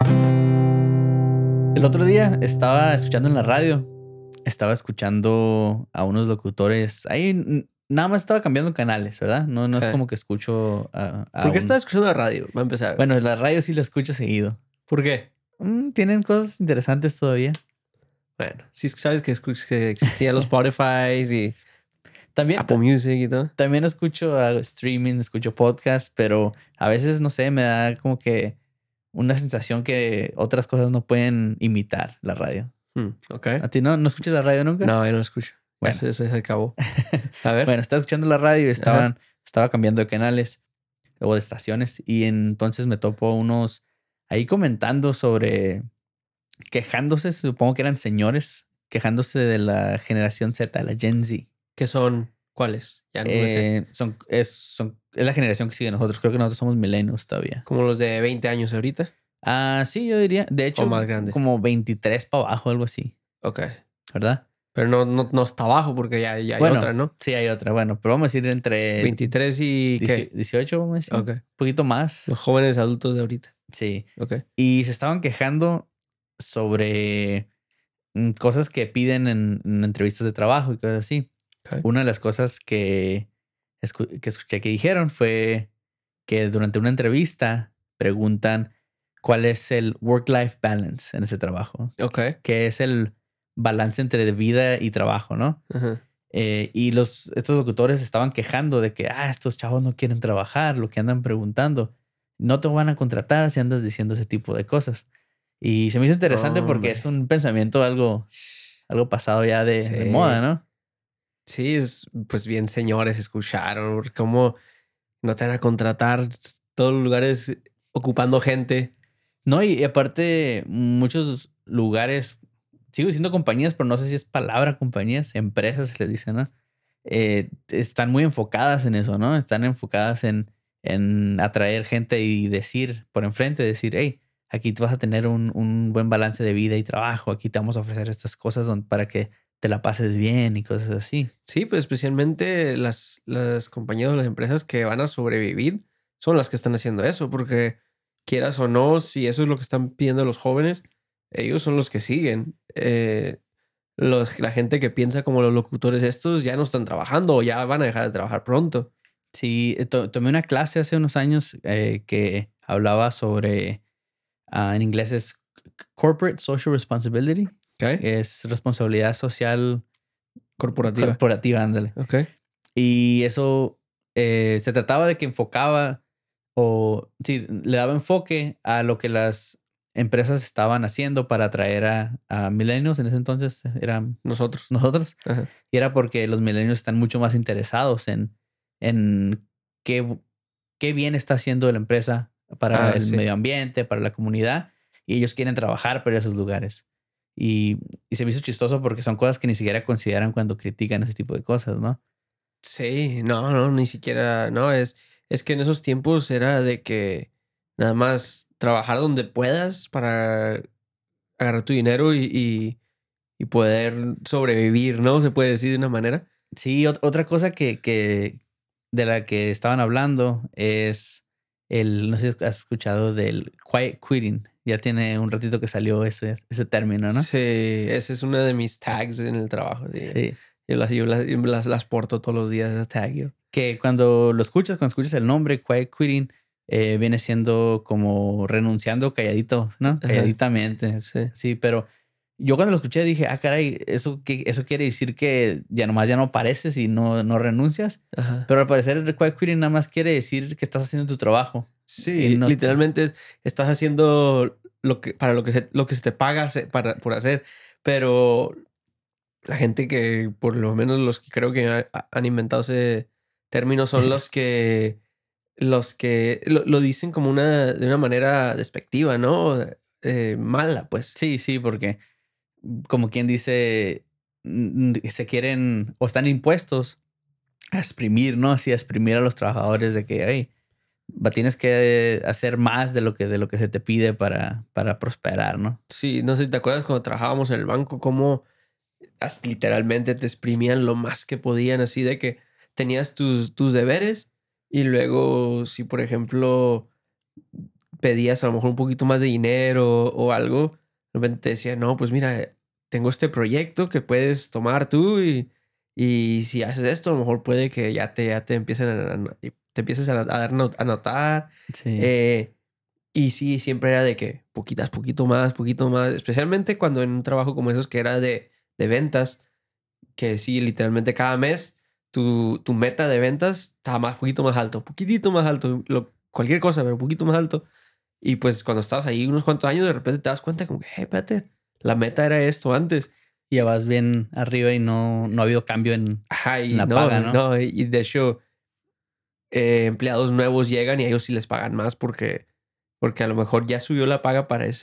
El otro día estaba escuchando en la radio, estaba escuchando a unos locutores. Ahí nada más estaba cambiando canales, ¿verdad? No es Ok. como que escucho ¿Por qué estás escuchando la radio? Va a empezar. Bueno, la radio sí la escucho seguido. ¿Por qué? Tienen cosas interesantes todavía. Bueno, sí sabes que existían los Spotify y También, Apple Music y todo. también escucho streaming, escucho podcast, pero a veces, no sé, me da como que una sensación que otras cosas no pueden imitar la radio. Ok. ¿A ti no escuchas la radio nunca? No, yo no lo escucho. Ya Bueno. se acabó. A ver. Bueno, estaba escuchando la radio y Ajá. estaba cambiando de canales o de estaciones y entonces me topo unos ahí comentando sobre, quejándose, supongo que eran señores, quejándose de la generación Z, la Gen Z. ¿Qué son? ¿Cuáles? Ya no me sé. Es la generación que sigue nosotros. Creo que nosotros somos millennials todavía. Como los de 20 años ahorita Sí, yo diría. De o hecho, más grande. como 23 para abajo, algo así, Ok. ¿verdad? Pero no está abajo porque ya hay Bueno, otra, ¿no? sí hay otra. Bueno, pero vamos a decir entre 23 y ¿qué? 18, vamos a decir. Ok. Un poquito más. Los jóvenes adultos de ahorita. Sí. Ok. Y se estaban quejando sobre cosas que piden en entrevistas de trabajo y cosas así. Ok. Una de las cosas que escuché que dijeron fue que durante una entrevista preguntan cuál es el work-life balance en ese trabajo, Ok. que es el balance entre vida y trabajo, ¿no? Ajá. Y estos locutores estaban quejando de que, estos chavos no quieren trabajar, lo que andan preguntando. No te van a contratar si andas diciendo ese tipo de cosas. Y se me hizo interesante porque es Hombre. un pensamiento algo pasado ya de moda, Sí. ¿no? Sí, pues bien señores escucharon, porque cómo no te van a contratar todos los lugares ocupando gente. No, y aparte, muchos lugares, sigo diciendo compañías, pero no sé si es palabra compañías, empresas se les dice, ¿no? Están muy enfocadas en eso, ¿no? Están enfocadas en atraer gente y decir por enfrente, decir, hey, aquí tú vas a tener un buen balance de vida y trabajo, aquí te vamos a ofrecer estas cosas para que te la pases bien y cosas así. Sí, pues especialmente las compañías o las empresas que van a sobrevivir son las que están haciendo eso, porque quieras o no, si eso es lo que están pidiendo los jóvenes, ellos son los que siguen. La gente que piensa como los locutores estos ya no están trabajando o ya van a dejar de trabajar pronto. Sí, tomé una clase hace unos años que hablaba sobre, en inglés es Corporate Social Responsibility, ¿Ok? es responsabilidad social Corporativa. corporativa, ándale. ¿Ok? Y eso se trataba de que enfocaba o sí, le daba enfoque a lo que las empresas estaban haciendo para atraer a millennials. En ese entonces eran Nosotros. nosotros. Ajá. Y era porque los millennials están mucho más interesados en qué, qué bien está haciendo la empresa para Ah, el sí. medio ambiente, para la comunidad, y ellos quieren trabajar para esos lugares. Y, y se me hizo chistoso porque son cosas que ni siquiera consideran cuando critican ese tipo de cosas, ¿no? Sí, no, ni siquiera, no, es que en esos tiempos era de que nada más trabajar donde puedas para agarrar tu dinero y poder sobrevivir, ¿no? Se puede decir de una manera. Sí, otra cosa que de la que estaban hablando es no sé si has escuchado del quiet quitting. Ya tiene un ratito que salió ese término, ¿no? Sí, ese es una de mis tags en el trabajo. Sí. Sí. Yo las porto todos los días, ese tag yo. Que cuando escuchas el nombre quiet quitting, viene siendo como renunciando calladito, ¿no? Ajá, Calladitamente. sí. Sí, pero yo cuando lo escuché dije, caray, eso quiere decir que ya nomás ya no apareces y no renuncias. Ajá. Pero al parecer el quiet quitting nada más quiere decir que estás haciendo tu trabajo. Y Sí, no literalmente estás haciendo lo que se te paga por hacer, pero la gente que, por lo menos los que creo que han inventado ese término son los que lo dicen como de una manera despectiva, ¿no? Mala, pues. sí, sí, porque como quien dice, se quieren o están impuestos a exprimir, ¿no? Así a exprimir a los trabajadores de que, hey, tienes que hacer más de lo que se te pide para prosperar, ¿no? Sí, no sé si te acuerdas cuando trabajábamos en el banco, cómo literalmente te exprimían lo más que podían, así de que tenías tus deberes y luego, si por ejemplo pedías a lo mejor un poquito más de dinero o algo, de repente te decía, no, pues mira, tengo este proyecto que puedes tomar tú y si haces esto, a lo mejor puede que ya te empiecen te empieces a dar a notar. Sí. Eh, y sí, siempre era de que poquito más, especialmente cuando en un trabajo como esos que era de ventas, que sí, literalmente cada mes tu meta de ventas estaba más, poquito más alto, poquitito más alto, cualquier cosa, pero un poquito más alto. Y pues cuando estabas ahí unos cuantos años, de repente te das cuenta como que, hey, espérate, la meta era esto antes. Ya vas bien arriba y no ha habido cambio en Ajá, y la paga, no, ¿no? no, y de hecho, empleados nuevos llegan y a ellos sí les pagan más porque a lo mejor ya subió la paga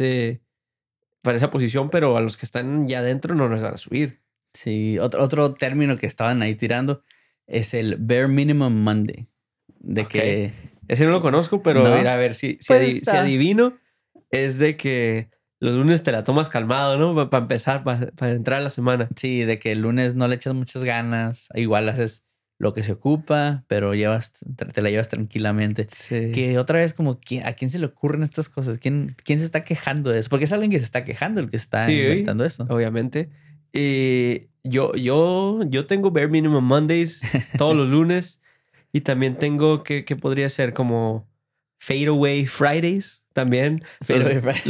para esa posición, pero a los que están ya adentro no les van a subir. Sí, otro término que estaban ahí tirando es el bare minimum Monday. De Ok. que, Ese no lo conozco, pero ¿no? mira, a ver, Pues si está. adivino, es de que los lunes te la tomas calmado, ¿no? Para empezar, para entrar a la semana. Sí, de que el lunes no le echas muchas ganas. Igual haces lo que se ocupa, pero te la llevas tranquilamente. Sí. Que otra vez, como, ¿a quién se le ocurren estas cosas? ¿Quién se está quejando de eso? Porque es alguien que se está quejando el que está Sí, inventando eso. obviamente. Y yo tengo Bare Minimum Mondays todos los lunes. Y también tengo que podría ser como Fade Away Fridays también. Pero,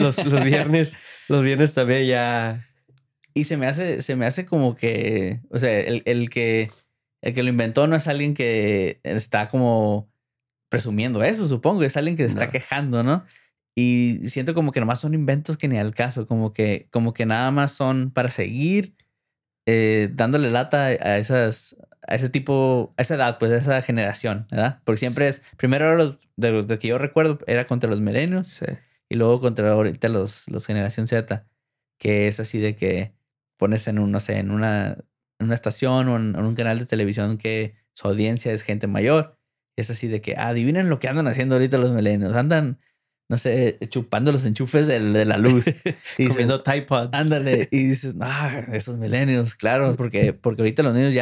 Los viernes también ya. y se me hace como que, o sea, el que lo inventó no es alguien que está como presumiendo eso, supongo. Es alguien que se está No. quejando, ¿no? Y siento como que nomás son inventos que ni al caso, como que nada más son para seguir dándole lata a ese tipo, a esa edad, pues a esa generación, ¿verdad? Porque siempre es, primero de que yo recuerdo, era contra los millennials Sí. y luego contra ahorita los generación Z, que es así de que pones en un, no sé, en una estación o en un canal de televisión que su audiencia es gente mayor. Es así de que adivinen lo que andan haciendo ahorita los millennials. Andan, no sé, chupando los enchufes de la luz. Y dices, Comiendo Tide Pods. ándale. Y dices, esos millennials, claro, porque ahorita los niños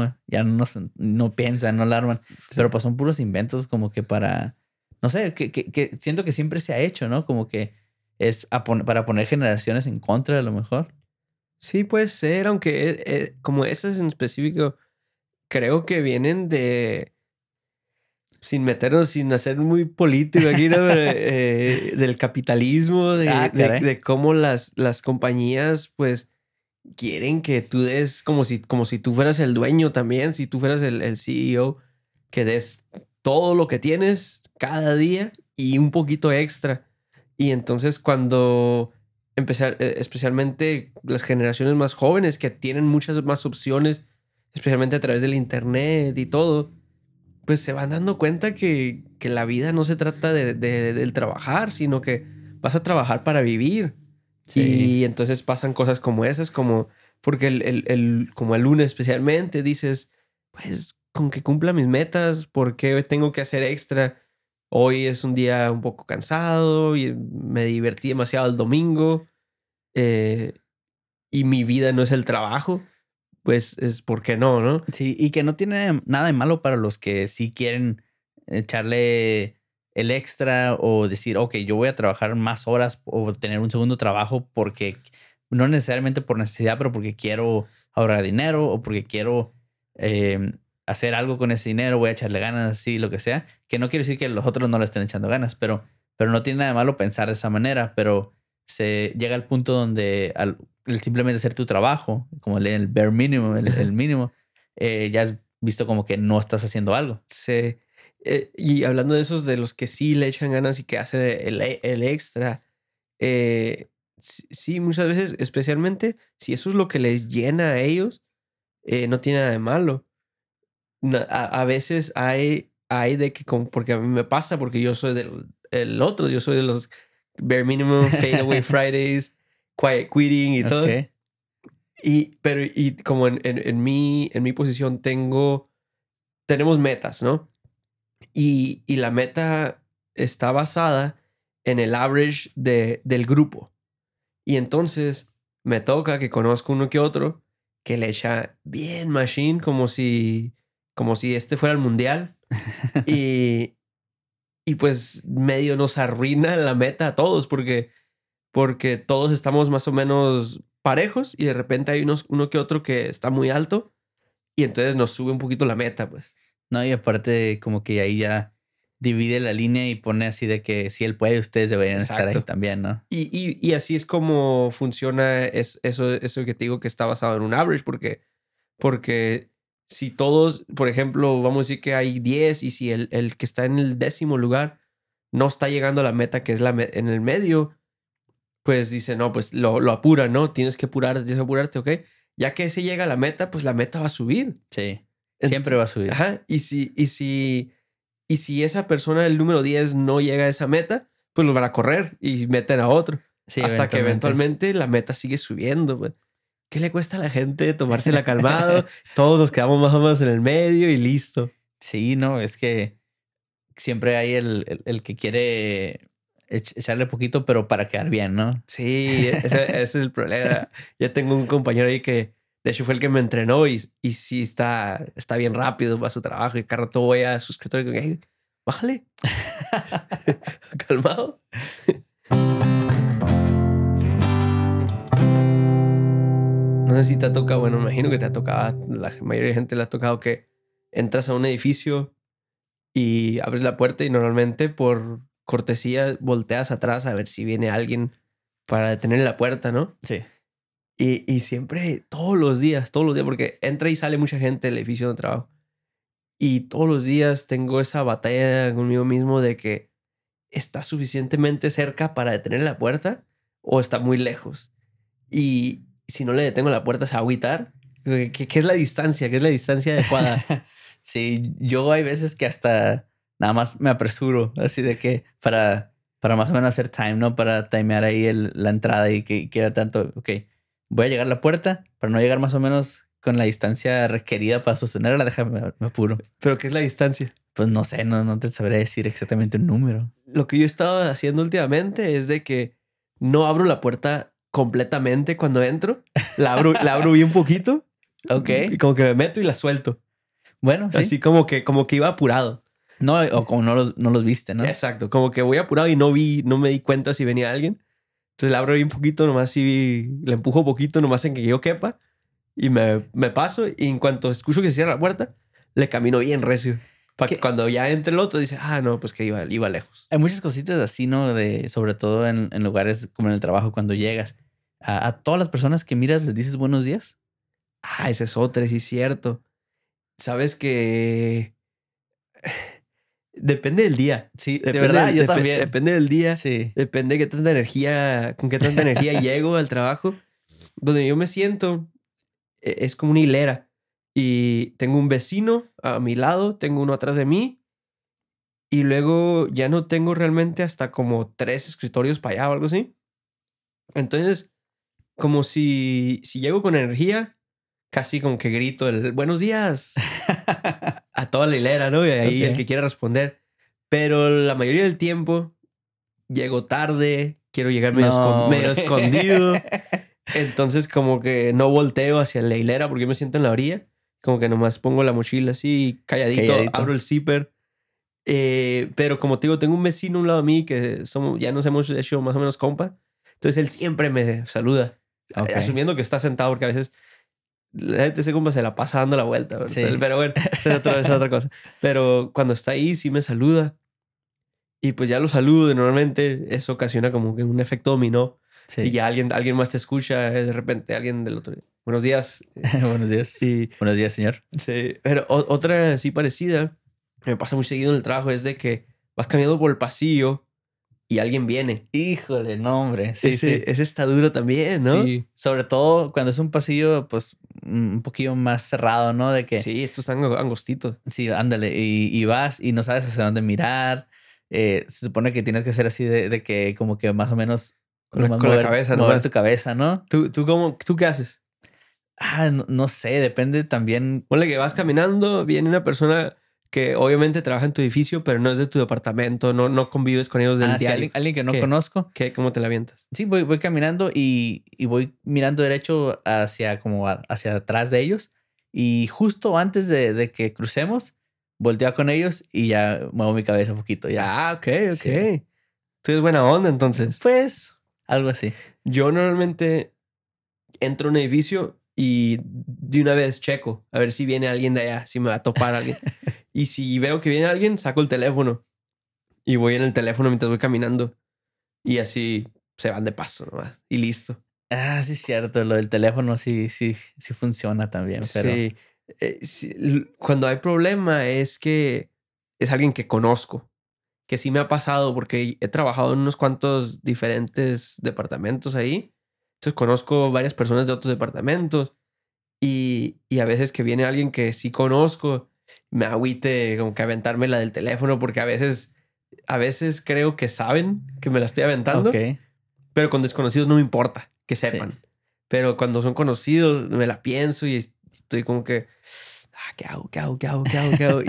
no piensan, no alarman. Sí. Pero pues son puros inventos como que para, no sé, que siento que siempre se ha hecho, ¿no? Como que es para poner generaciones en contra a lo mejor. Sí, puede ser, aunque como esas en específico, creo que vienen sin meternos, sin hacer muy político aquí, ¿no? Del capitalismo, Ah, caray. de cómo las compañías, pues, quieren que tú des como si tú fueras el dueño también, si tú fueras el CEO, que des todo lo que tienes cada día y un poquito extra. Y entonces cuando especialmente las generaciones más jóvenes que tienen muchas más opciones, especialmente a través del internet y todo, pues se van dando cuenta que la vida no se trata del trabajar, sino que vas a trabajar para vivir. Sí. Y entonces pasan cosas como esas, como porque como el lunes especialmente dices, pues con que cumpla mis metas, ¿por qué tengo que hacer extra? Hoy es un día un poco cansado y me divertí demasiado el domingo eh, y mi vida no es el trabajo, pues es ¿por qué no, no? Sí, y que no tiene nada de malo para los que sí quieren echarle el extra o decir, ok, yo voy a trabajar más horas o tener un segundo trabajo porque no necesariamente por necesidad, pero porque quiero ahorrar dinero o porque quiero hacer algo con ese dinero, voy a echarle ganas, así, lo que sea. Que no quiere decir que los otros no le estén echando ganas, pero no tiene nada de malo pensar de esa manera, pero se llega al punto donde el simplemente hacer tu trabajo, como el bare minimum, el mínimo, ya es visto como que no estás haciendo algo. Sí. Y hablando de esos de los que sí le echan ganas y que hacen el extra, sí, muchas veces, especialmente si eso es lo que les llena a ellos, no tiene nada de malo. A veces hay de que, porque a mí me pasa, porque yo soy el otro, yo soy de los bare minimum, fade away Fridays, quiet quitting y todo. Ok. Y como en mi posición tenemos metas, ¿no? Y la meta está basada en el average del grupo. Y entonces me toca que conozco uno que otro que le echa bien machine como si este fuera el mundial. Y, Y pues medio nos arruina la meta a todos porque todos estamos más o menos parejos y de repente hay uno que otro que está muy alto y entonces nos sube un poquito la meta, pues. No, y aparte como que ahí ya divide la línea y pone así de que si él puede, ustedes deberían estar ahí Exacto. también, ¿no? Y así es como funciona eso que te digo que está basado en un average, porque si todos, por ejemplo, vamos a decir que hay 10 y si el que está en el 10º lugar no está llegando a la meta que es en el medio, pues dice, no, pues lo apura, ¿no? Tienes que apurarte, ¿ok? Ya que ese llega a la meta, pues la meta va a subir. Sí, siempre va a subir. Ajá, y si esa persona, el número 10 no llega a esa meta, pues lo van a correr y meten a otro. Sí, Hasta que eventualmente la meta sigue subiendo, pues. ¿Qué le cuesta a la gente tomársela calmado? Todos nos quedamos más o menos en el medio y listo. Sí, no, es que siempre hay el que quiere echarle poquito, pero para quedar bien, ¿no? Sí, ese es el problema. Ya tengo un compañero ahí que, de hecho, fue el que me entrenó y sí está bien rápido para su trabajo. Y cada rato voy a su escritorio y digo, "Hey, bájale, calmado". No sé si te ha tocado, bueno, imagino que te ha tocado, la mayoría de gente le ha tocado que entras a un edificio y abres la puerta y normalmente por cortesía volteas atrás a ver si viene alguien para detener la puerta, ¿no? Sí. Y siempre, todos los días, porque entra y sale mucha gente del edificio donde trabajo. Y todos los días tengo esa batalla conmigo mismo de que está suficientemente cerca para detener la puerta o está muy lejos. Y si no le detengo la puerta, se va a agüitar. ¿Qué es la distancia? ¿Qué es la distancia adecuada? Sí, yo hay veces que hasta nada más me apresuro, así de que para más o menos hacer time, ¿no? Para timear ahí la entrada y que queda tanto, ok, voy a llegar a la puerta, para no llegar más o menos con la distancia requerida para sostenerla, déjame, me apuro. Pero ¿qué es la distancia? Pues no sé, no te sabré decir exactamente un número. Lo que yo he estado haciendo últimamente es de que no abro la puerta completamente cuando entro. La abro bien poquito. Ok. Y como que me meto y la suelto. Bueno, sí. Así como que iba apurado. No, o como no los viste, ¿no? Exacto. Como que voy apurado y no me di cuenta si venía alguien. Entonces la abro bien poquito, nomás si le empujo poquito, nomás en que yo quepa. Y me paso. Y en cuanto escucho que se cierra la puerta, le camino bien recio. Para que Que cuando ya entre el otro, dice, no, pues que iba lejos. hay muchas cositas así, ¿no? Sobre todo en lugares como en el trabajo, cuando llegas. A todas las personas que miras les dices buenos días. Ese es otra, sí es cierto. Sabes que depende del día. Sí, de verdad, yo también. Depende del día. Sí. Depende de con qué tanta energía llego al trabajo. Donde yo me siento es como una hilera. Y tengo un vecino a mi lado, tengo uno atrás de mí. Y luego ya no tengo realmente hasta como 3 escritorios para allá o algo así. Entonces, como si llego con energía, casi como que grito el buenos días a toda la hilera, ¿no? Y ahí el Ok. que quiera responder. Pero la mayoría del tiempo llego tarde, quiero llegar No, medio hombre. escondido. Entonces como que no volteo hacia la hilera porque yo me siento en la orilla. Como que nomás pongo la mochila así, calladito, Calladito. abro el zipper. Pero como te digo, tengo un vecino a un lado de mí que ya nos hemos hecho más o menos compa. Entonces él siempre me saluda, Ok. asumiendo que está sentado porque a veces la gente ese compa se la pasa dando la vuelta. ¿Verdad? Sí. Pero bueno, esa es otra cosa. Pero cuando está ahí sí me saluda. Y pues ya lo saludo y normalmente eso ocasiona como que un efecto dominó. Y Sí. ya alguien más te escucha, de repente alguien del otro. Buenos días. Buenos días. Y Buenos días, señor. sí, pero otra así parecida, que me pasa muy seguido en el trabajo, es de que vas caminando por el pasillo y alguien viene. Híjole, no, hombre. Sí, sí. Ese está duro también, ¿no? Sí. Sobre todo cuando es un pasillo, pues, un poquillo más cerrado, ¿no? De que, Sí, estos están angostitos. sí, ándale, y vas y no sabes hacia dónde mirar. Se supone que tienes que hacer así de que como que más o menos nomás Con la cabeza mover nomás. tu cabeza, ¿no? ¿Tú qué haces? No sé, depende también. Ponle que vas caminando, viene una persona que obviamente trabaja en tu edificio, pero no es de tu departamento, no convives con ellos del Sí, diario. alguien que no ¿Qué? conozco. ¿Cómo te la avientas? Sí, voy caminando y voy mirando derecho hacia como hacia atrás de ellos. Y justo antes de que crucemos, volteo con ellos y ya muevo mi cabeza un poquito. Ya. Ah, ok. Sí. Tú eres buena onda, entonces. Pues, algo así. Yo normalmente entro a un edificio y de una vez checo a ver si viene alguien de allá, si me va a topar alguien. Y si veo que viene alguien, saco el teléfono y voy en el teléfono mientras voy caminando. Y así se van de paso nomás. Y listo. Ah, sí, es cierto. Lo del teléfono sí funciona también, pero Sí. Cuando hay problema es que es alguien que conozco. Que sí me ha pasado porque he trabajado en unos cuantos diferentes departamentos ahí. Entonces conozco varias personas de otros departamentos. Y a veces que viene alguien que sí conozco, me agüite como que aventarme la del teléfono porque a veces creo que saben que me la estoy aventando, ok. pero con desconocidos no me importa que Sí. sepan. Pero cuando son conocidos me la pienso y estoy como que, ¿qué hago? ¿Qué hago? ¿Qué hago? ¿Qué hago? ¿Qué hago?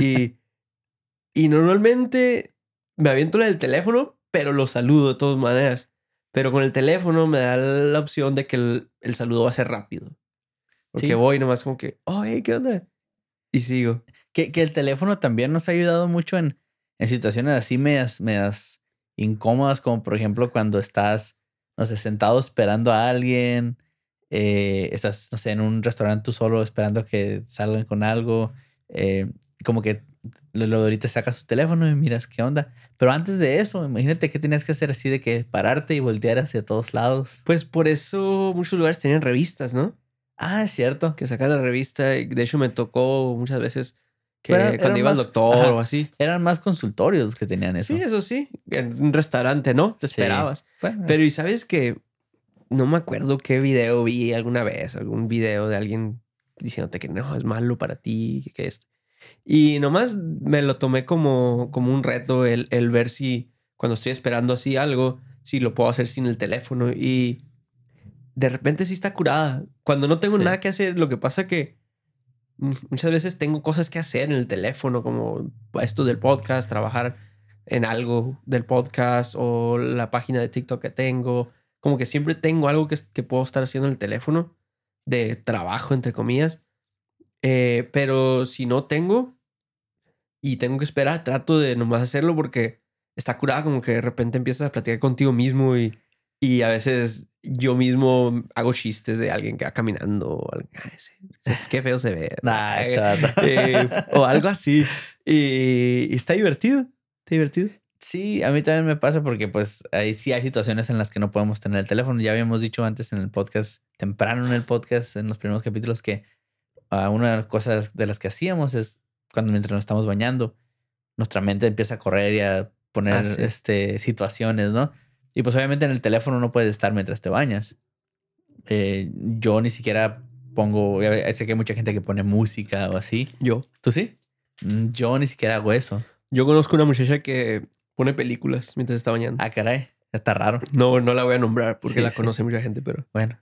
Y normalmente me aviento la del teléfono, pero lo saludo de todas maneras. Pero con el teléfono me da la opción de que el saludo va a ser rápido. Porque Sí. voy nomás como que, oh, hey, ¿qué onda? Y sigo. Que el teléfono también nos ha ayudado mucho en situaciones así medias incómodas, como por ejemplo cuando estás, no sé, sentado esperando a alguien, estás, no sé, en un restaurante tú solo esperando que salgan con algo, eh, como que lo ahorita sacas tu teléfono y miras qué onda. Pero antes de eso, imagínate qué tenías que hacer así de que pararte y voltear hacia todos lados. Pues por eso muchos lugares tenían revistas, ¿no? Ah, es cierto. Que sacan la revista. Y de hecho, me tocó muchas veces Pero que cuando eran iba al más, doctor o ajá, así. eran más consultorios los que tenían Sí, eso. eso sí. En un restaurante, ¿no? Te Sí. esperabas. Bueno, Pero y sabes que no me acuerdo qué video vi alguna vez. Algún video de alguien diciéndote que no, es malo para ti. Que es. Y nomás me lo tomé como un reto el ver si cuando estoy esperando así algo, si lo puedo hacer sin el teléfono. Y de repente sí está curada. Cuando no tengo sí. nada que hacer, lo que pasa que muchas veces tengo cosas que hacer en el teléfono, como esto del podcast, trabajar en algo del podcast o la página de TikTok que tengo. Como que siempre tengo algo que puedo estar haciendo en el teléfono de trabajo, entre comillas. Pero si no tengo y tengo que esperar, trato de nomás hacerlo porque está curada, como que de repente empiezas a platicar contigo mismo y a veces yo mismo hago chistes de alguien que va caminando o algo, "Ay, sí, qué feo se ve", ¿no? Nah, este vato. O algo así. Y está divertido, está divertido. Sí, a mí también me pasa porque pues ahí sí hay situaciones en las que no podemos tener el teléfono. Ya habíamos dicho antes en el podcast, temprano en el podcast, en los primeros capítulos, que una de las cosas de las que hacíamos es cuando mientras nos estamos bañando, nuestra mente empieza a correr y a Ah, poner sí. situaciones, ¿no? Y pues obviamente en el teléfono no puedes estar mientras te bañas. Yo ni siquiera pongo, ya sé que hay mucha gente que pone música o así. Yo. ¿Tú sí? Yo ni siquiera hago eso. Yo conozco una muchacha que pone películas mientras está bañando. Ah, caray, está raro. No, no la voy a nombrar porque Sí, la sí. conoce mucha gente, pero... Bueno.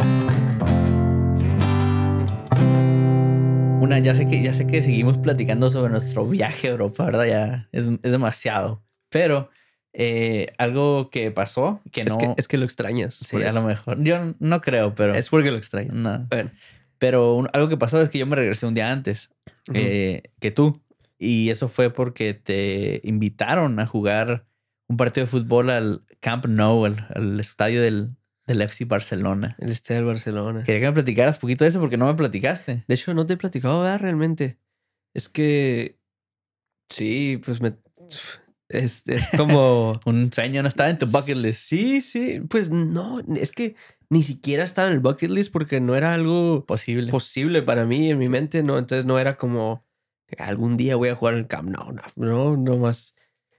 Ya sé que seguimos platicando sobre nuestro viaje a Europa, ¿verdad? Ya es demasiado. Pero algo que pasó, que no, Es que lo extrañas. sí, Por a lo eso. mejor. Yo no creo, pero Es porque lo extrañas. no. Bueno. Pero algo que pasó es que yo me regresé un día antes Ujú. que tú. Y eso fue porque te invitaron a jugar un partido de fútbol al Camp Nou, al estadio del FC Barcelona. El del Barcelona. Quería que me platicaras poquito de eso porque no me platicaste. De hecho, no te he platicado, ¿verdad? Realmente. Es que sí, pues es como... Un sueño no estaba en tu bucket list. Sí, sí. Pues no, es que ni siquiera estaba en el bucket list porque no era algo Posible. posible para mí en mi Sí. mente, ¿no? Entonces no era como algún día voy a jugar en el Camp Nou. No más.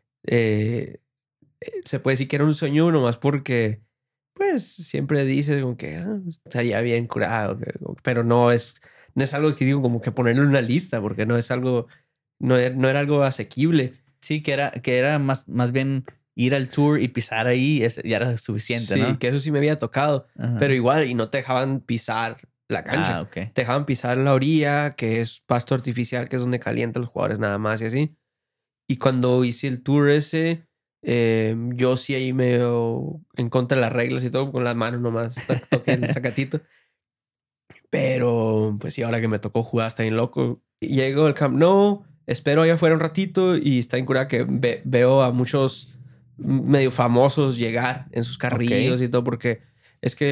Se puede decir que era un sueño nomás porque, pues, siempre dices como que estaría bien curado, pero no es algo que digo como que ponerlo en una lista porque no es algo, no era algo asequible. Sí, que era más bien ir al tour y pisar ahí, ya era suficiente, Sí, ¿no? que eso sí me había tocado, Ajá. pero igual, y no te dejaban pisar la cancha. Ah, ok. Te dejaban pisar la orilla, que es pasto artificial, que es donde calientan los jugadores nada más y así. Y cuando hice el tour ese, yo sí ahí medio en contra de las reglas y todo, con las manos nomás toqué el sacatito. Pero pues sí, ahora que me tocó jugar, está bien loco. Y llego al Camp Nou, espero allá afuera un ratito y está incurada que veo a muchos medio famosos llegar en sus carrillos y todo, porque es que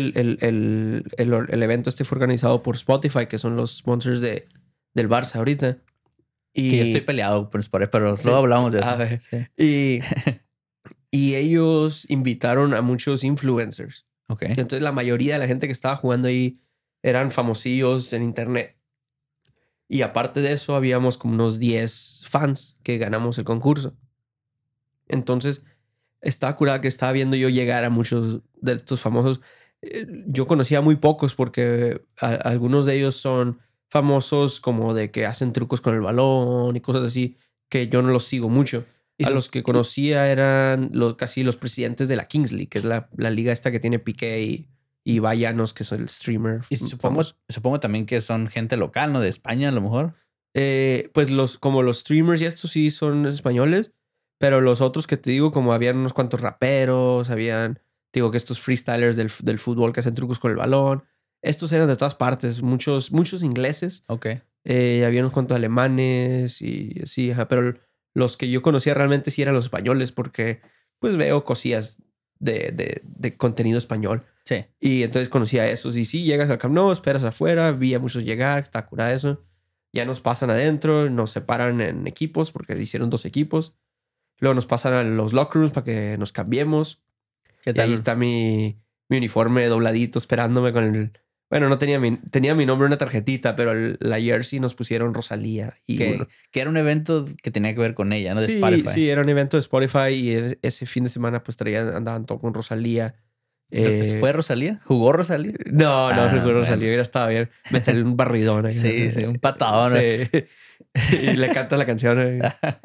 el evento este fue organizado por Spotify, que son los sponsors del Barça ahorita. Y, que yo estoy peleado por Spotify, pero sí, luego hablamos de eso. a ver. Sí. Y ellos invitaron a muchos influencers. Ok. Entonces la mayoría de la gente que estaba jugando ahí eran famosillos en internet. Y aparte de eso, habíamos como unos 10 fans que ganamos el concurso. Entonces, estaba curada que estaba viendo yo llegar a muchos de estos famosos. Yo conocía muy pocos porque algunos de ellos son famosos como de que hacen trucos con el balón y cosas así, que yo no los sigo mucho. A los que conocía eran casi los presidentes de la Kings League, que es la liga esta que tiene Piqué y Vallanos, que es el streamer. Y supongo también que son gente local, ¿no? De España, a lo mejor. Pues como los streamers y estos sí son españoles, pero los otros que te digo, como habían unos cuantos raperos, digo que estos freestylers del fútbol que hacen trucos con el balón, estos eran de todas partes, muchos ingleses. Ok. Había unos cuantos alemanes y sí, pero los que yo conocía realmente sí eran los españoles, porque pues veo cosillas de contenido español. Sí. Y entonces conocía a esos. Y sí, llegas al Camp Nou, esperas afuera, vi a muchos llegar, está curada eso. Ya nos pasan adentro, nos separan en equipos, porque hicieron 2 equipos. Luego nos pasan a los locker rooms para que nos cambiemos. ¿Qué Y tal? ahí está mi uniforme dobladito esperándome con el... Bueno, no tenía mi nombre en una tarjetita, pero la jersey nos pusieron Rosalía. Y que era un evento que tenía que ver con ella, ¿no? De sí, Spotify. Sí, era un evento de Spotify y ese fin de semana pues andaban todo con Rosalía. ¿Fue Rosalía? ¿Jugó Rosalía? No, Ah, seguro bueno. Rosalía hubiera estado bien. Meterle un barridón ahí. Sí, un patadón. Sí. Y le canta la canción.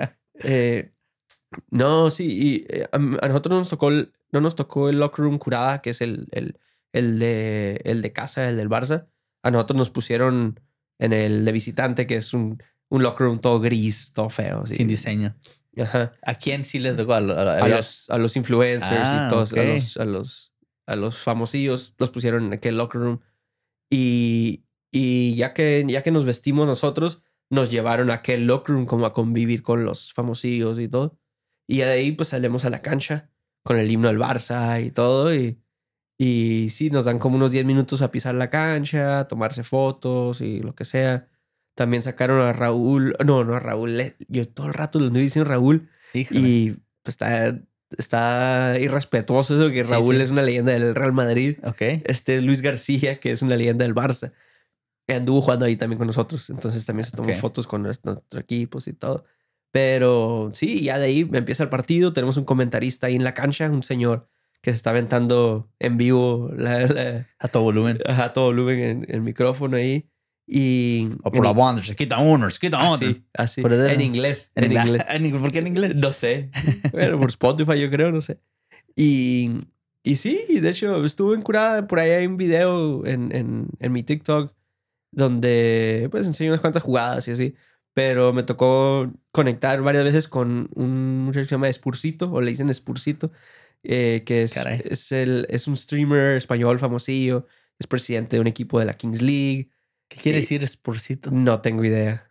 No, sí. Y a nosotros no nos tocó el locker room curada, que es el de casa, el del Barça. A nosotros nos pusieron en el de visitante, que es un locker room todo gris, todo feo. Sí. Sin diseño. Ajá. ¿A quién sí les tocó? A los influencers y todos, okay. a los famosillos los pusieron en aquel locker room. Y ya que nos vestimos nosotros, nos llevaron a aquel locker room como a convivir con los famosillos y todo. Y de ahí pues salimos a la cancha con el himno del Barça y todo. Y sí, nos dan como unos 10 minutos a pisar la cancha, a tomarse fotos y lo que sea. También sacaron a Raúl. No a Raúl. Yo todo el rato lo estoy diciendo Raúl. Híjole. Y pues está irrespetuoso eso, que Raúl es una leyenda del Real Madrid. Okay. Este es Luis García, que es una leyenda del Barça. Que anduvo jugando ahí también con nosotros. Entonces también se tomó fotos con nuestros equipos y todo. Pero sí, ya de ahí empieza el partido. Tenemos un comentarista ahí en la cancha, un señor que se está aventando en vivo a todo volumen. A todo volumen en el micrófono ahí. Y o por la banda, se quita uno, se quita otro. Así. En inglés. ¿Por qué en inglés? No sé. Bueno, por Spotify yo creo, no sé. Y sí, de hecho estuve curada. Por ahí hay un video en mi TikTok donde pues enseño unas cuantas jugadas y así. Pero me tocó conectar varias veces con un muchacho que se llama Spursito, o le dicen Spursito, que es un streamer español famosillo, es presidente de un equipo de la Kings League. ¿Qué quiere decir Spursito? No tengo idea,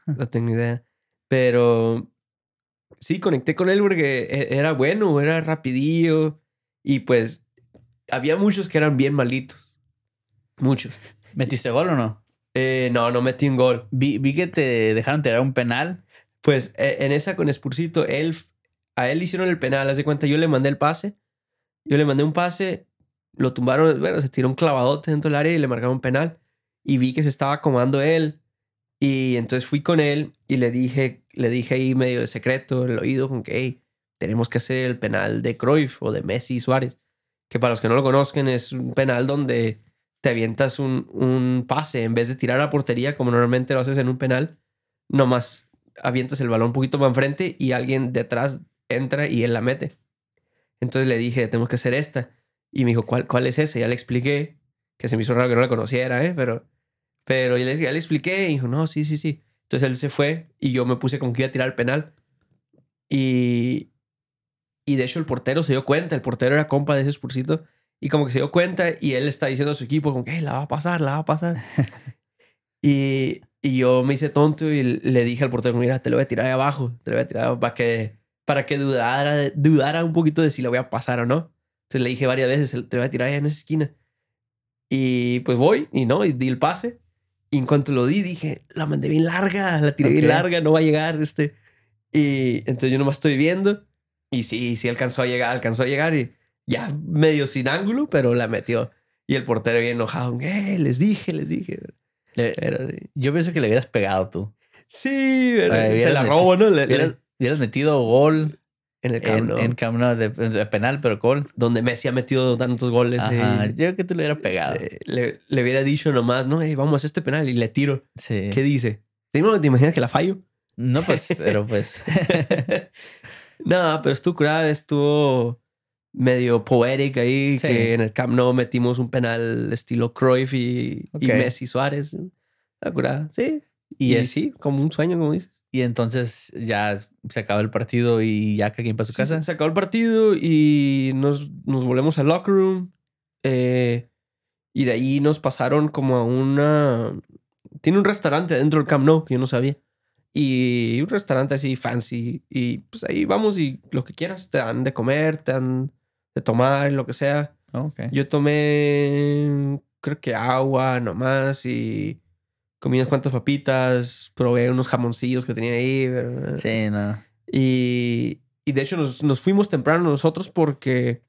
Pero sí, conecté con él porque era bueno, era rapidillo y pues había muchos que eran bien malitos. Muchos. ¿Metiste gol o no? No metí un gol. Vi que te dejaron tirar un penal. Pues en esa con Spursito, a él hicieron el penal. Haz de cuenta, yo le mandé el pase. Yo le mandé un pase, lo tumbaron, bueno, se tiró un clavadote dentro del área y le marcaron un penal. Y vi que se estaba acomodando él. Y entonces fui con él y le dije ahí medio de secreto en el oído con que, hey, tenemos que hacer el penal de Cruyff o de Messi y Suárez. Que para los que no lo conozcan es un penal donde te avientas un pase en vez de tirar a la portería como normalmente lo haces en un penal. Nomás avientas el balón un poquito más enfrente y alguien detrás entra y él la mete. Entonces le dije, tenemos que hacer esta. Y me dijo, ¿cuál es esa? Ya le expliqué, que se me hizo raro que no la conociera, pero ya le expliqué y dijo, no, sí. Entonces él se fue y yo me puse como que iba a tirar el penal. Y de hecho el portero se dio cuenta, el portero era compa de ese Spursito, y como que se dio cuenta y él está diciendo a su equipo como que, hey, la va a pasar. y Y yo me hice tonto y le dije al portero, mira, te lo voy a tirar ahí abajo. Te lo voy a tirar para que dudara un poquito de si la voy a pasar o no. Entonces le dije varias veces, te lo voy a tirar ahí en esa esquina. Y pues voy y no, y di el pase. Y en cuanto lo di, dije, la mandé bien larga, la tiré bien larga, no va a llegar Y entonces yo nomás estoy viendo. Y sí alcanzó a llegar y ya medio sin ángulo, pero la metió. Y el portero bien enojado, les dije. Pero, Yo pienso que le hubieras pegado tú. sí, pero se la robo, ¿no? Hubieras metido gol en el Camp Nou. En Camp Nou de penal, pero gol. Donde Messi ha metido tantos goles. Ajá, yo creo que tú le hubieras pegado. Sí, le hubiera dicho nomás, no, vamos a hacer este penal y le tiro. Sí. ¿Qué dice? ¿Te imaginas que la fallo? No, pues, pero pues. No, pero estuvo medio poética ahí, Sí. que en el Camp Nou metimos un penal estilo Cruyff y Messi Suárez. Está curada, sí. Y sí, como un sueño, como dices. Y entonces ya se acabó el partido y ya cada quien para su casa. Se acabó el partido y nos volvemos al locker room. Y de ahí nos pasaron como a una... Tiene un restaurante dentro del Camp Nou que yo no sabía. Y un restaurante así fancy. Y pues ahí vamos y lo que quieras. Te dan de comer, te dan de tomar, lo que sea. Okay. Yo tomé, creo que agua nomás y comí unas cuantas papitas. Probé unos jamoncillos que tenía ahí. Sí, no. Y de hecho nos fuimos temprano nosotros porque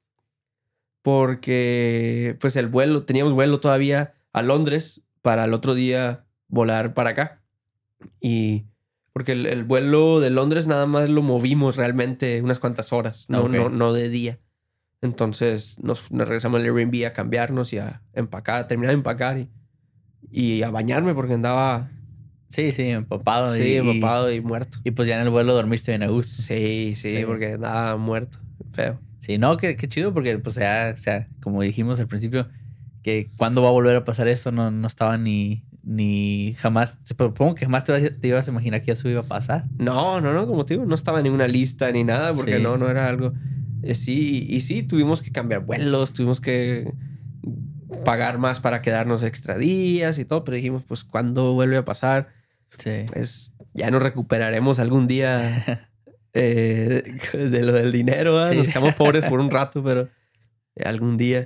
pues teníamos vuelo todavía a Londres para el otro día volar para acá. Y porque el vuelo de Londres nada más lo movimos realmente unas cuantas horas, no de día. Entonces nos regresamos al Airbnb a cambiarnos y a empacar, a terminar de empacar y a bañarme porque andaba... Sí, empapado. Sí, empapado y muerto. Y pues ya en el vuelo dormiste bien a gusto. Sí, porque andaba muerto, feo. Sí, no, qué chido porque pues ya, o sea, como dijimos al principio, que cuándo va a volver a pasar eso no estaba ni jamás, supongo que jamás te ibas a imaginar que eso iba a pasar. No, como te digo, no estaba en ninguna lista ni nada porque no era algo... sí, tuvimos que cambiar vuelos, tuvimos que pagar más para quedarnos extra días y todo, pero dijimos, pues, ¿cuándo vuelve a pasar? Sí. Pues ya nos recuperaremos algún día de lo del dinero. Sí. Nos quedamos pobres por un rato, pero algún día.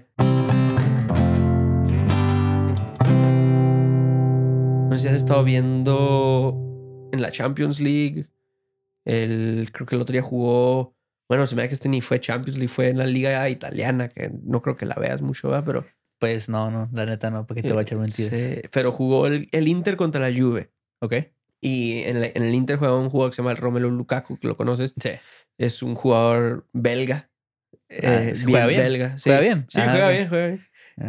No sé si has estado viendo en la Champions League. Creo que el otro día jugó... Bueno, se me da que ni fue Champions League, fue en la liga italiana, que no creo que la veas mucho, ¿verdad? Pero... Pues no, la neta no, porque te voy a echar mentiras. Sí, pero jugó el Inter contra la Juve. Ok. Y en el Inter juega un jugador que se llama Romelu Lukaku, que lo conoces. Sí. Es un jugador belga. ¿Juega bien? Belga. Sí. ¿Juega bien? Sí, juega bien.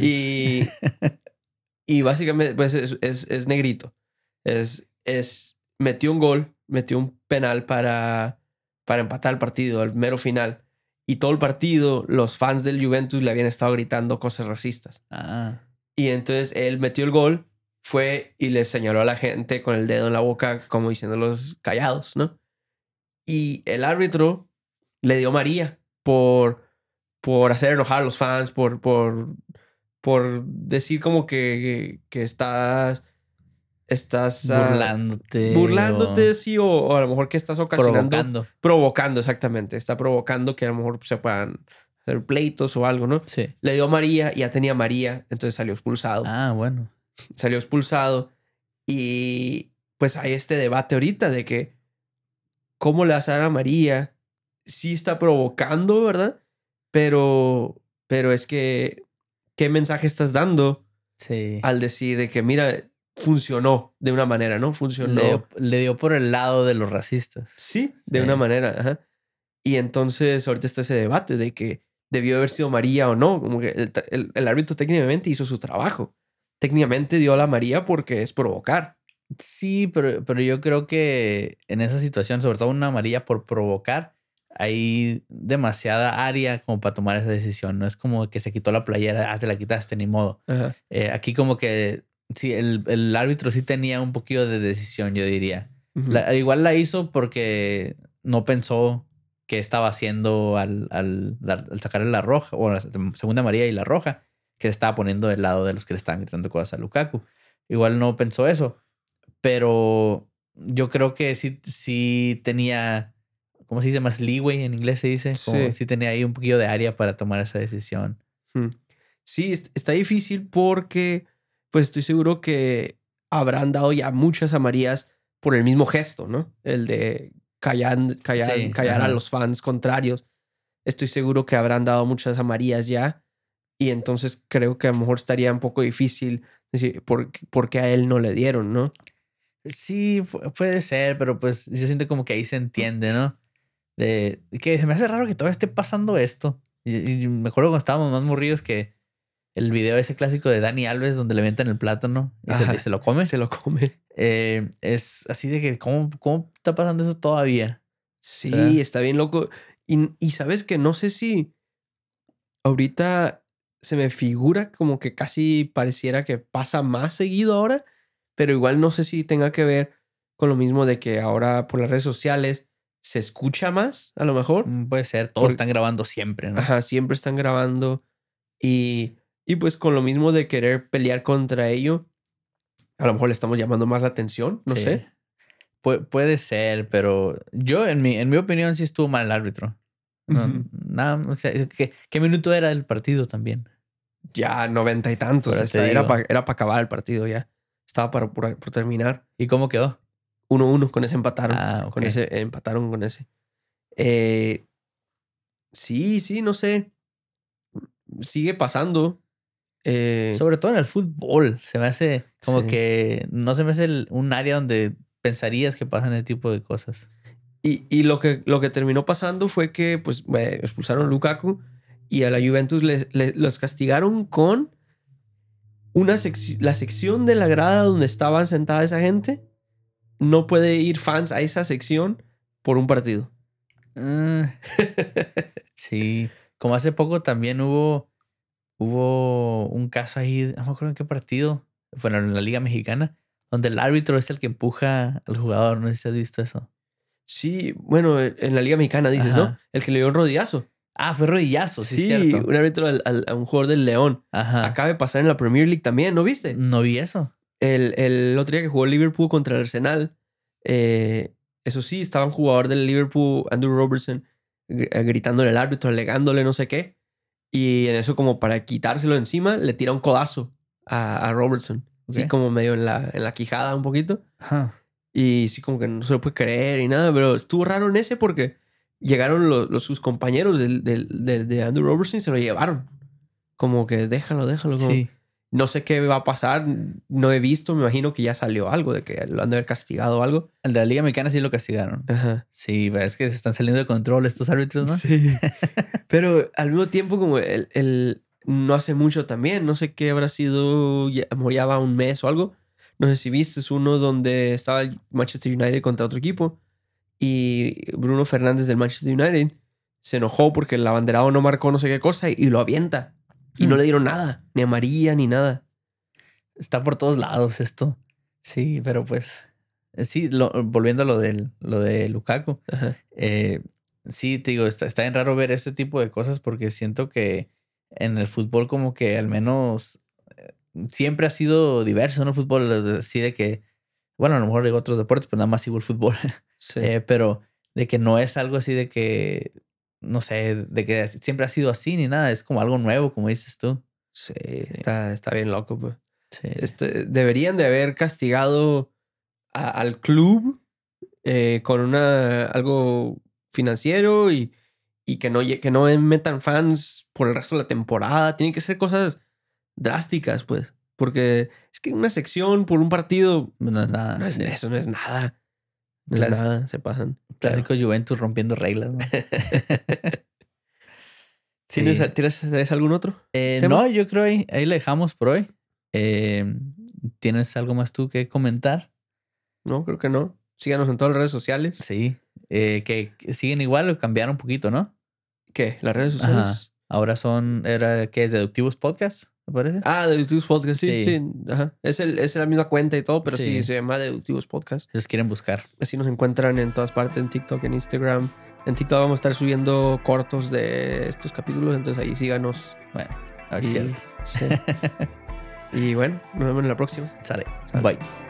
Y básicamente, pues es negrito. Metió un gol, metió un penal para empatar el partido, al mero final. Y todo el partido, los fans del Juventus le habían estado gritando cosas racistas. Y entonces él metió el gol, fue y le señaló a la gente con el dedo en la boca, como diciéndolos callados, ¿no? Y el árbitro le dio María por hacer enojar a los fans, por decir como que estás burlándote, sí, o a lo mejor que estás ocasionando. Provocando, exactamente. Está provocando que a lo mejor se puedan hacer pleitos o algo, ¿no? Sí. Le dio María, ya tenía María, entonces salió expulsado. Bueno. Salió expulsado y pues hay este debate ahorita de que cómo le vas a dar a María. Sí está provocando, ¿verdad? Pero es que ¿qué mensaje estás dando? Sí. Al decir de que, mira, funcionó de una manera, ¿no? Funcionó. Le dio por el lado de los racistas. Sí, de una manera. Ajá. Y entonces ahorita está ese debate de que debió haber sido María o no. Como que el árbitro técnicamente hizo su trabajo. Técnicamente dio a la María porque es provocar. Sí, pero yo creo que en esa situación, sobre todo una amarilla por provocar, hay demasiada área como para tomar esa decisión. No es como que se quitó la playera, te la quitaste, ni modo. Aquí como que sí, el árbitro sí tenía un poquito de decisión, yo diría. Igual la hizo porque no pensó qué estaba haciendo al sacarle la roja, o la segunda amarilla y la roja, que se estaba poniendo del lado de los que le estaban gritando cosas a Lukaku. Igual no pensó eso. Pero yo creo que sí tenía, ¿cómo se dice? Más leeway en inglés se dice. Como sí tenía ahí un poquillo de área para tomar esa decisión. Sí, está difícil porque pues estoy seguro que habrán dado ya muchas amarillas por el mismo gesto, ¿no? El de callar a los fans contrarios. Estoy seguro que habrán dado muchas amarillas ya. Y entonces creo que a lo mejor estaría un poco difícil decir por qué a él no le dieron, ¿no? Sí, puede ser, pero pues yo siento como que ahí se entiende, ¿no? De que se me hace raro que todavía esté pasando esto. Y me acuerdo cuando estábamos más morridos que el video ese clásico de Dani Alves donde le aventan el plátano y se lo come. Se lo come. Es así de que ¿cómo está pasando eso todavía? Sí, o sea, está bien loco. Y sabes que no sé si ahorita se me figura como que casi pareciera que pasa más seguido ahora, pero igual no sé si tenga que ver con lo mismo de que ahora por las redes sociales se escucha más, a lo mejor. Puede ser, todos están grabando siempre, ¿no? Ajá, siempre están grabando. Y pues con lo mismo de querer pelear contra ello, a lo mejor le estamos llamando más la atención, no sé. Puede ser, pero yo en mi opinión sí estuvo mal el árbitro. No, nada, o sea, ¿qué minuto era el partido también? Ya 90 y tantos. Era para acabar el partido ya. Estaba por terminar. ¿Y cómo quedó? 1-1, con ese empataron. Okay. Empataron con ese. Sí, no sé. Sigue pasando. Sobre todo en el fútbol. Se me hace como que no se me hace un área donde pensarías que pasan ese tipo de cosas. Y lo que terminó pasando fue que pues expulsaron a Lukaku y a la Juventus los castigaron con la sección de la grada donde estaban sentada esa gente. No puede ir fans a esa sección por un partido. Sí. Como hace poco también hubo un caso ahí, no me acuerdo en qué partido, bueno, en la Liga Mexicana, donde el árbitro es el que empuja al jugador. No sé si has visto eso. Sí, bueno, en la Liga Mexicana dices, ¿no? El que le dio el rodillazo. Fue rodillazo, sí, cierto. Un árbitro a un jugador del León. Ajá. Acaba de pasar en la Premier League también, ¿no viste? No vi eso. El otro día que jugó Liverpool contra el Arsenal, eso sí, estaba un jugador del Liverpool, Andrew Robertson, gritándole al árbitro, alegándole no sé qué. Y en eso, como para quitárselo encima, le tira un codazo a Robertson. Okay. Sí, como medio en la quijada un poquito. Ajá. Y sí, como que no se lo puede creer y nada, pero estuvo raro en ese porque llegaron sus compañeros de Andrew Robertson y se lo llevaron. Como que déjalo. Como, sí. No sé qué va a pasar, no he visto, me imagino que ya salió algo, de que lo han de haber castigado o algo. El de la Liga Mexicana sí lo castigaron. Ajá. Sí, pero es que se están saliendo de control estos árbitros, ¿no? Sí. Pero al mismo tiempo, como el no hace mucho también, no sé qué habrá sido, ya va un mes o algo. No sé si viste, es uno donde estaba el Manchester United contra otro equipo y Bruno Fernández del Manchester United se enojó porque el abanderado no marcó no sé qué cosa y lo avienta. Y no le dieron nada, ni amarilla, ni nada. Está por todos lados esto. Sí, pero pues... Sí, volviendo a lo de Lukaku. Sí, te digo, está bien raro ver este tipo de cosas porque siento que en el fútbol como que al menos siempre ha sido diverso, ¿no? El fútbol así de que... Bueno, a lo mejor digo otros deportes, pero nada más sigo el fútbol. Sí. Pero de que no es algo así de que... No sé, de que siempre ha sido así ni nada. Es como algo nuevo, como dices tú. Sí. Está bien loco, pues. Sí. Deberían de haber castigado al club con algo financiero y que no metan fans por el resto de la temporada. Tienen que ser cosas drásticas, pues. Porque es que una sección por un partido no es nada. Eso no es nada. No es nada, se pasan. Clásico Juventus rompiendo reglas, ¿no? Sí. ¿Tienes algún otro tema? No, yo creo ahí le dejamos por hoy. ¿Tienes algo más tú que comentar? No, creo que no. Síganos en todas las redes sociales. Sí. Que siguen igual o cambiaron un poquito, ¿no? ¿Qué? ¿Las redes sociales? Ajá. Ahora ¿qué es? Deductivos Podcast, me parece. Deductivos Podcast, sí. Ajá. Es la misma cuenta y todo, pero sí se llama Deductivos Podcast. Si los quieren buscar. Así nos encuentran en todas partes, en TikTok, en Instagram. En TikTok vamos a estar subiendo cortos de estos capítulos, entonces ahí síganos. Bueno, a ver si sí. Y bueno, nos vemos en la próxima. Sale. Bye.